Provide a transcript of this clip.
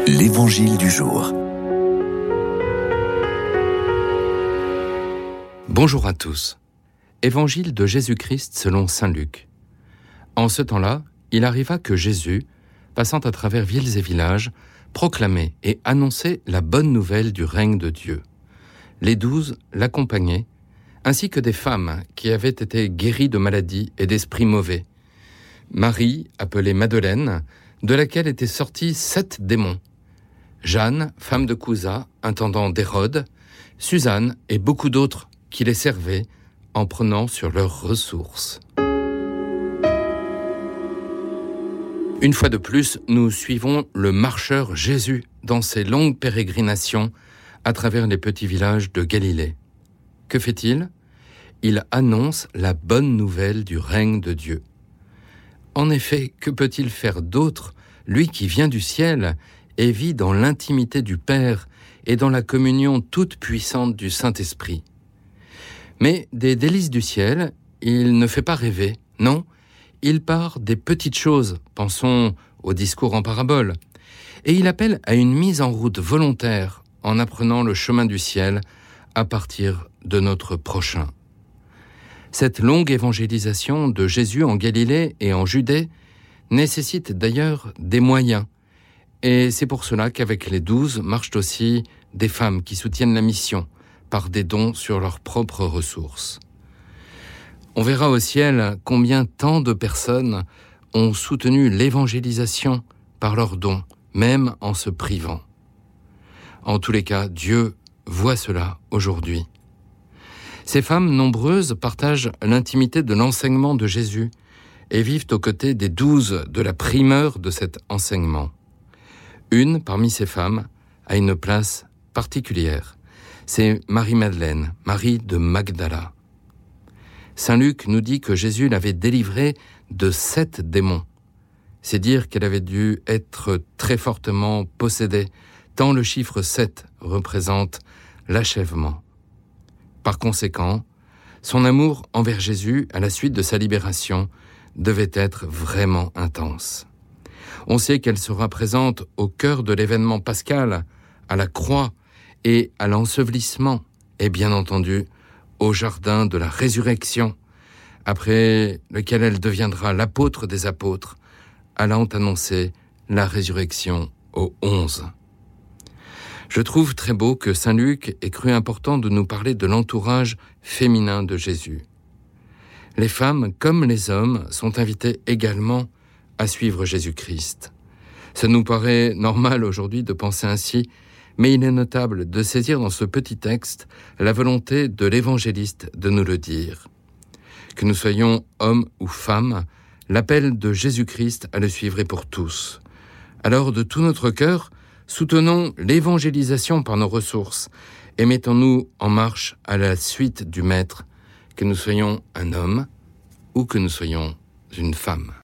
L'Évangile du jour. Bonjour à tous. Évangile de Jésus-Christ selon saint Luc. En ce temps-là, il arriva que Jésus, passant à travers villes et villages, proclamait et annonçait la bonne nouvelle du règne de Dieu. Les 12 l'accompagnaient, ainsi que des femmes qui avaient été guéries de maladies et d'esprits mauvais. Marie, appelée Madeleine, de laquelle étaient sortis 7 démons. Jeanne, femme de Cousa, intendant d'Hérode, Suzanne et beaucoup d'autres qui les servaient en prenant sur leurs ressources. Une fois de plus, nous suivons le marcheur Jésus dans ses longues pérégrinations à travers les petits villages de Galilée. Que fait-il ? Il annonce la bonne nouvelle du règne de Dieu. En effet, que peut-il faire d'autre, lui qui vient du ciel et vit dans l'intimité du Père et dans la communion toute puissante du Saint-Esprit ? Mais des délices du ciel, il ne fait pas rêver, non, il part des petites choses, pensons au discours en parabole, et il appelle à une mise en route volontaire en apprenant le chemin du ciel à partir de notre prochain. Cette longue évangélisation de Jésus en Galilée et en Judée nécessite d'ailleurs des moyens, et c'est pour cela qu'avec les 12 marchent aussi des femmes qui soutiennent la mission par des dons sur leurs propres ressources. On verra au ciel combien tant de personnes ont soutenu l'évangélisation par leurs dons, même en se privant. En tous les cas, Dieu voit cela aujourd'hui. Ces femmes nombreuses partagent l'intimité de l'enseignement de Jésus et vivent aux côtés des 12 de la primeur de cet enseignement. Une parmi ces femmes a une place particulière. C'est Marie-Madeleine, Marie de Magdala. Saint Luc nous dit que Jésus l'avait délivrée de 7 démons. C'est dire qu'elle avait dû être très fortement possédée, tant le chiffre 7 représente l'achèvement. Par conséquent, son amour envers Jésus, à la suite de sa libération, devait être vraiment intense. On sait qu'elle sera présente au cœur de l'événement pascal, à la croix et à l'ensevelissement, et bien entendu au jardin de la résurrection, après lequel elle deviendra l'apôtre des apôtres, allant annoncer la résurrection aux 11. Je trouve très beau que saint Luc ait cru important de nous parler de l'entourage féminin de Jésus. Les femmes, comme les hommes, sont invitées également à suivre Jésus-Christ. Ça nous paraît normal aujourd'hui de penser ainsi, mais il est notable de saisir dans ce petit texte la volonté de l'évangéliste de nous le dire. Que nous soyons hommes ou femmes, l'appel de Jésus-Christ à le suivre est pour tous. Alors, de tout notre cœur, soutenons l'évangélisation par nos ressources et mettons-nous en marche à la suite du Maître, que nous soyons un homme ou que nous soyons une femme.